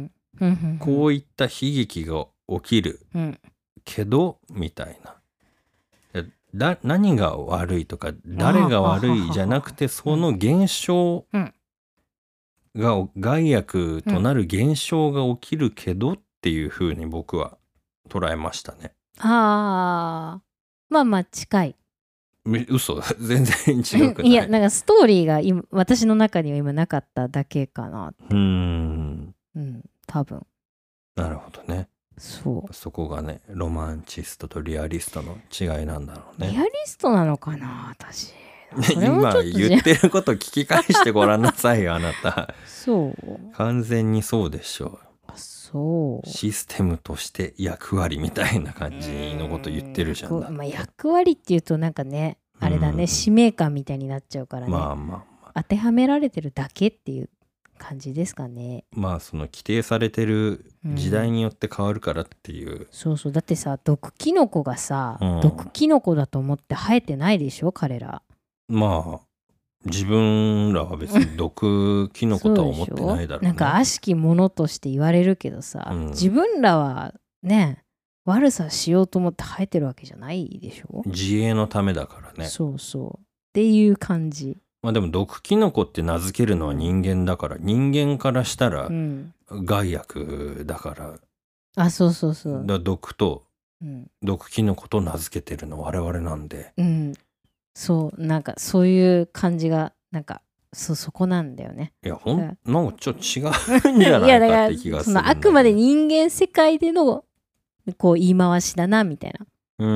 Speaker 1: うん、
Speaker 2: こういった悲劇が起きるけど、うん、みたいな。だ何が悪いとか誰が悪いじゃなくて、その現象が害悪となる現象が起きるけどっていうふうに僕は捉えましたね。
Speaker 1: ああ、まあまあ近い。
Speaker 2: 嘘全然違くない。
Speaker 1: いや、なんかストーリーが今私の中には今なかっただけかなって。うーん、うん、多分。
Speaker 2: なるほどね。
Speaker 1: そう。
Speaker 2: そこがね、ロマンチストとリアリストの違いなんだろうね。
Speaker 1: リアリストなのかな、私。
Speaker 2: 今言ってること聞き返してごらんなさいよ、あなた。
Speaker 1: そう。
Speaker 2: 完全にそうでしょう。
Speaker 1: そう。
Speaker 2: システムとして役割みたいな感じのこと言ってるじゃん。
Speaker 1: まあ、役割っていうとなんかね、あれだね、使命感みたいになっちゃうからね。
Speaker 2: まあまあまあ。
Speaker 1: 当てはめられてるだけっていう感じですかね。
Speaker 2: まあその規定されてる時代によって変わるからっていう。うん、
Speaker 1: そうそう。だってさ、毒キノコがさ、うん、毒キノコだと思って生えてないでしょ、彼ら。
Speaker 2: まあ自分らは別に毒キノコとは思ってないだろうね。
Speaker 1: なんか悪しきものとして言われるけどさ、うん、自分らはね、悪さしようと思って生えてるわけじゃないでしょ。
Speaker 2: 自衛のためだからね。
Speaker 1: そうそうっていう感じ。
Speaker 2: まあでも毒キノコって名付けるのは人間だから、うん、人間からしたら害悪だから、うん、
Speaker 1: あ、そうそうそう。
Speaker 2: だ毒と、うん、毒キノコと名付けてるの我々なんで、
Speaker 1: うん、そうなんかそういう感じがなんか そ, そこなんだよね。
Speaker 2: いやほんなんかちょっと違うんじゃないかって気がする。
Speaker 1: そのあくまで人間世界でのこう言い回しだなみたいな、うん、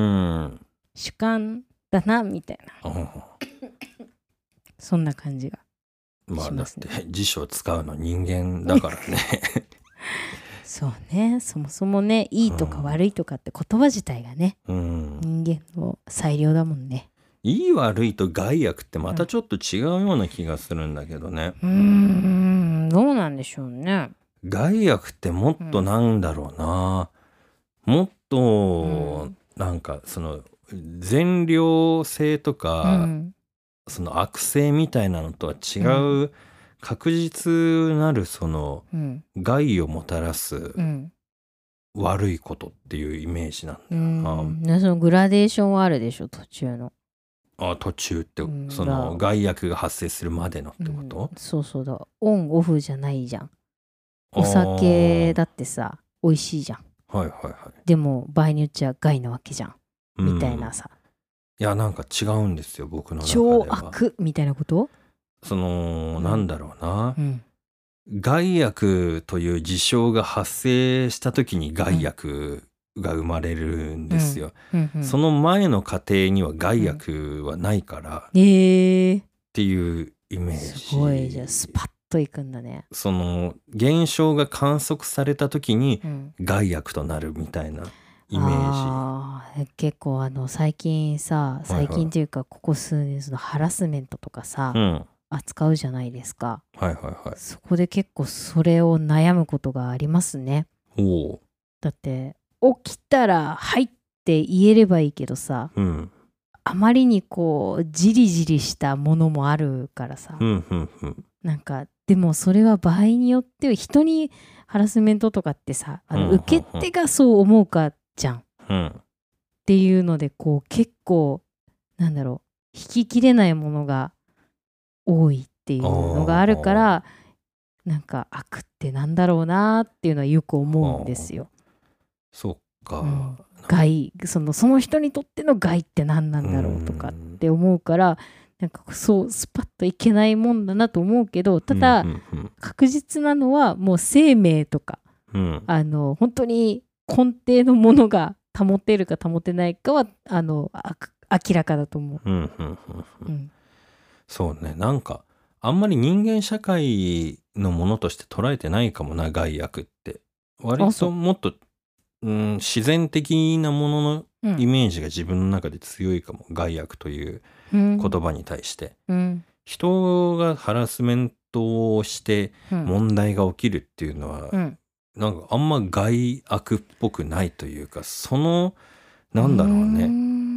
Speaker 1: 主観だなみたいな、うん、そんな感じがしますね。
Speaker 2: まあだって辞書を使うの人間だからね。
Speaker 1: そうね、そもそもね、いいとか悪いとかって言葉自体がね、うん、人間の裁量だもんね。
Speaker 2: いい悪いと害悪ってまたちょっと違うような気がするんだけどね。
Speaker 1: うーん、どうなんでしょうね。
Speaker 2: 害悪ってもっとなんだろうな、うん、もっとなんかその善良性とか、うん、その悪性みたいなのとは違う、うん、確実なるその害をもたらす悪いことっていうイメージなんだよな。
Speaker 1: うん、そのグラデーションはあるでしょ、途中の。
Speaker 2: あ、途中って、うん、その害悪が発生するまでのってこと、うん、
Speaker 1: そうそうだ、オンオフじゃないじゃん。お酒だってさ美味しいじゃん。
Speaker 2: はいはいはい。
Speaker 1: でも場合によっちゃ害なわけじゃん、うん、みたいなさ。
Speaker 2: いやなんか違うんですよ僕の中で
Speaker 1: 超
Speaker 2: は。
Speaker 1: 悪みたいなこと？
Speaker 2: その、うん、なんだろうな、うん、害悪という事象が発生した時に害悪が生まれるんですよ、うんうんうん、その前の過程には害悪はないから、うん、えー、っていうイメージ。
Speaker 1: すごい、じゃあスパッといくんだね。
Speaker 2: その現象が観測された時に害悪となるみたいなイメージ、うん、
Speaker 1: あ結構あの最近さ、最近というかここ数年そのハラスメントとかさ、うん、扱うじゃないですか。
Speaker 2: はいはいはい。
Speaker 1: そこで結構それを悩むことがありますね。おだって起きたらはいって言えればいいけどさ、うん、あまりにこうじりじりしたものもあるからさ、うんうんうん、なんかでもそれは場合によっては人にハラスメントとかってさ、あの受け手がそう思うかじゃん、うん、っていうのでこう結構なんだろう、引ききれないものが多いっていうのがあるから、なんか悪ってなんだろうなっていうのはよく思うんですよ。
Speaker 2: そっか、うん、
Speaker 1: 害、そのその人にとっての害って何なんだろうとかって思うから、なんかそうスパッといけないもんだなと思うけど、ただ、うんうんうん、確実なのはもう生命とか、うん、あの本当に根底のものが保てるか保てないかはあの明らかだと思う。うんうんうん
Speaker 2: うん、そうね、なんかあんまり人間社会のものとして捉えてないかもな、害悪って。割ともっと、うん、自然的なもののイメージが自分の中で強いかも、うん、害悪という言葉に対して、うん、人がハラスメントをして問題が起きるっていうのは、うん、なんかあんま害悪っぽくないというか、そのなんだろうね、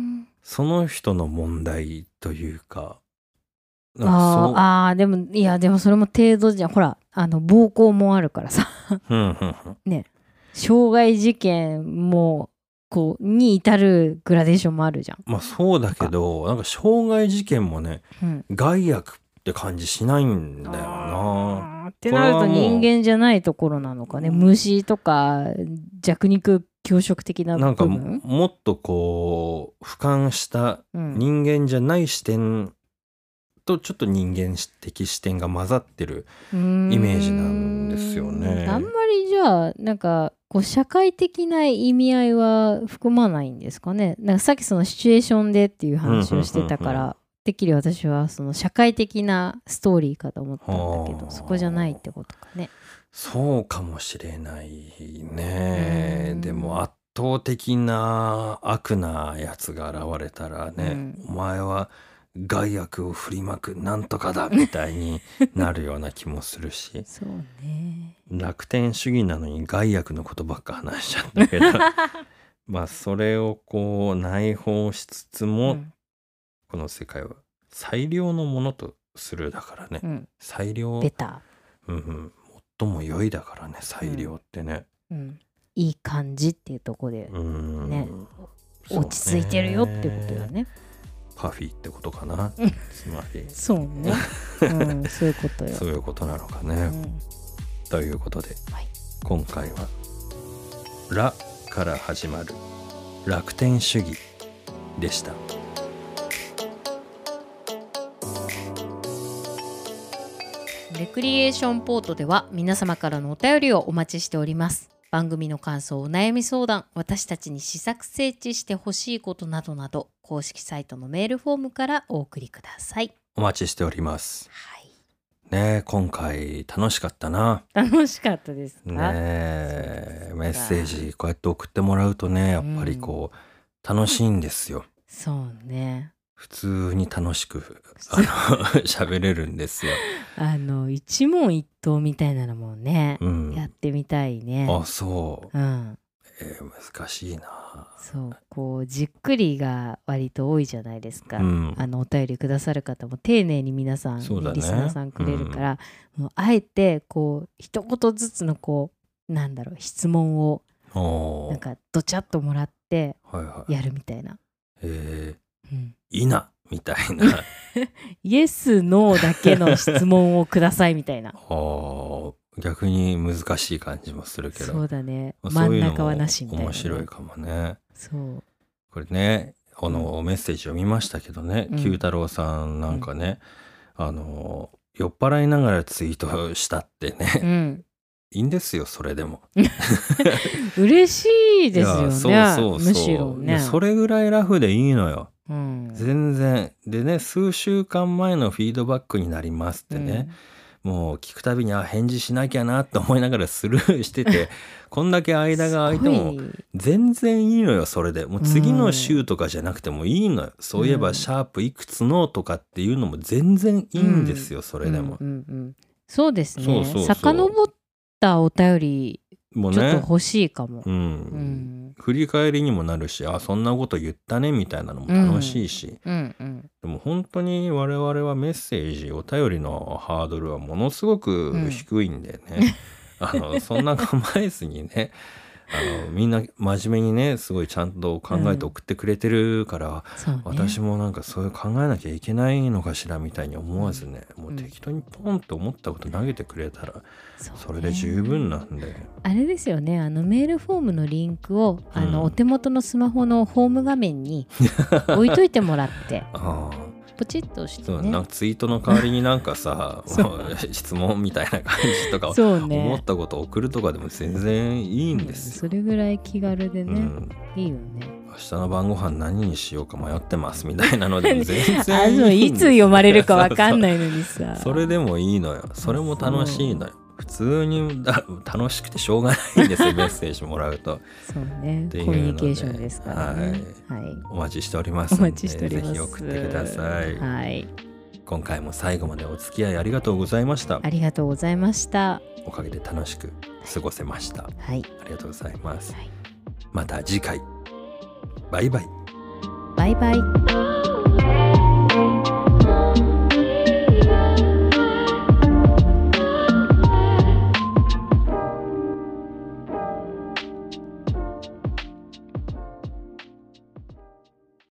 Speaker 2: その人の問題というか、
Speaker 1: なんかそうああでもいやでもそれも程度じゃん。ほらあの暴行もあるからさね、傷害事件もこうに至るグラデーションもあるじゃん。
Speaker 2: まあそうだけど、なんか傷害事件もね、うん、害悪って感じしないんだよな。
Speaker 1: ってなると人間じゃないところなのかね。虫とか弱肉強食的な部分。
Speaker 2: なんかもっとこう俯瞰した人間じゃない視点とちょっと人間的視点が混ざってるイメージなんですよね。
Speaker 1: あんまりじゃあなんかこう社会的な意味合いは含まないんですかね。なんかさっきそのシチュエーションでっていう話をしてたから、うんうんうんうん、てっきり私はその社会的なストーリーかと思ったんだけど、そこじゃないってことかね。
Speaker 2: そうかもしれないね。でも圧倒的な悪なやつが現れたらね、うん、お前は害悪を振りまくなんとかだみたいになるような気もするし
Speaker 1: そうね、
Speaker 2: 楽天主義なのに害悪のことばっか話しちゃったけどまあそれをこう内包しつつも、うん、この世界は最良のものとするだからね、うん、最良
Speaker 1: ベタ
Speaker 2: ー、うんうん、最も良いだからね最良ってね、
Speaker 1: うんうん、いい感じっていうところでね、落ち着いてるよってことだね。
Speaker 2: パフィーってことかなつまり
Speaker 1: そうね、うん、そういうことよ。
Speaker 2: そういうことなのかね、うん、ということで、はい、今回はラから始まる楽天主義でした。
Speaker 1: レクリエーションポートでは皆様からのお便りをお待ちしております。番組の感想、お悩み相談、私たちに試作整地してほしいことなどなど、公式サイトのメールフォームからお送りください。
Speaker 2: お待ちしております。
Speaker 1: はい。
Speaker 2: ねえ、今回楽しかったな。
Speaker 1: 楽しかったですか？
Speaker 2: ねえ、メッセージこうやって送ってもらうとね、やっぱりこう、うん、楽しいんですよ。
Speaker 1: そうね。
Speaker 2: 普通に楽しくあの喋れるんですよ。
Speaker 1: あの一問一答みたいなのもね、うん、やってみたいね。
Speaker 2: あ、そう。
Speaker 1: うん。
Speaker 2: えー、難しいな。
Speaker 1: そうこうじっくりが割と多いじゃないですか。うん、あのお便りくださる方も丁寧に皆さん、ねね、リスナーさんくれるから、うん、もうあえてこう一言ずつのこうなんだろう質問をなんかドチャッともらってやるみたいな。
Speaker 2: はいはい、えー、うん、いいなみたいな
Speaker 1: イエスノーだけの質問をくださいみたいな
Speaker 2: あ逆に難しい感じもするけど
Speaker 1: そうだね、真ん中はなしみたいな、ね、
Speaker 2: 面白いかもね。
Speaker 1: そう
Speaker 2: これねこのメッセージを見ましたけどね、うん、九太郎さんなんかね、うん、あの酔っ払いながらツイートしたってね、うん、いいんですよそれでも
Speaker 1: 嬉しいですよね。そうそうそうむしろね
Speaker 2: それぐらいラフでいいのよ、うん、全然でね数週間前のフィードバックになりますってね、うん、もう聞くたびにあ返事しなきゃなと思いながらスルーしててこんだけ間が空いても全然いいのよ。それでもう次の週とかじゃなくてもいいのよ、うん、そういえばシャープいくつのとかっていうのも全然いいんですよ、うん、それでも、うんうんうん、
Speaker 1: そうですね。そうそうそう遡ったお便りもうね、ちょっと欲しいかも、うんうん、
Speaker 2: 振り返りにもなるしあそんなこと言ったねみたいなのも楽しいし、うんうんうん、でも本当に我々はメッセージお便りのハードルはものすごく低いんでね、うん、あのそんな構えずにねあのみんな真面目にねすごいちゃんと考えて送ってくれてるから、うんね、私もなんかそういう考えなきゃいけないのかしらみたいに思わずね、うん、もう適当にポンと思ったこと投げてくれたら、うん、それで十分なんで、
Speaker 1: あれですよねあのメールフォームのリンクをあの、うん、お手元のスマホのホーム画面に置いといてもらってあポチッと押して、ね、
Speaker 2: そうなんかツイートの代わりになんかさ質問みたいな感じとか思ったこと送るとかでも全然いいんです
Speaker 1: よ、うん、それぐらい気軽でね、うん、いいよね。
Speaker 2: 明日の晩ご飯何にしようか迷ってますみたいなのでも全然いいんです
Speaker 1: あでもいつ読まれるか分かんないのにさ
Speaker 2: それでもいいのよ。それも楽しいのよ。普通にだ楽しくてしょうがないんですよメッセージもらうと
Speaker 1: そうねコミュニケーションですからね、はいはい、
Speaker 2: お待ちしておりますので
Speaker 1: お待ちしております。
Speaker 2: ぜひ送ってください、
Speaker 1: はい、
Speaker 2: 今回も最後までお付き合いありがとうございました。
Speaker 1: ありがとうございました。
Speaker 2: おかげで楽しく過ごせました、
Speaker 1: はい、
Speaker 2: ありがとうございます、はい、また次回バイバイ。
Speaker 1: バイバイ。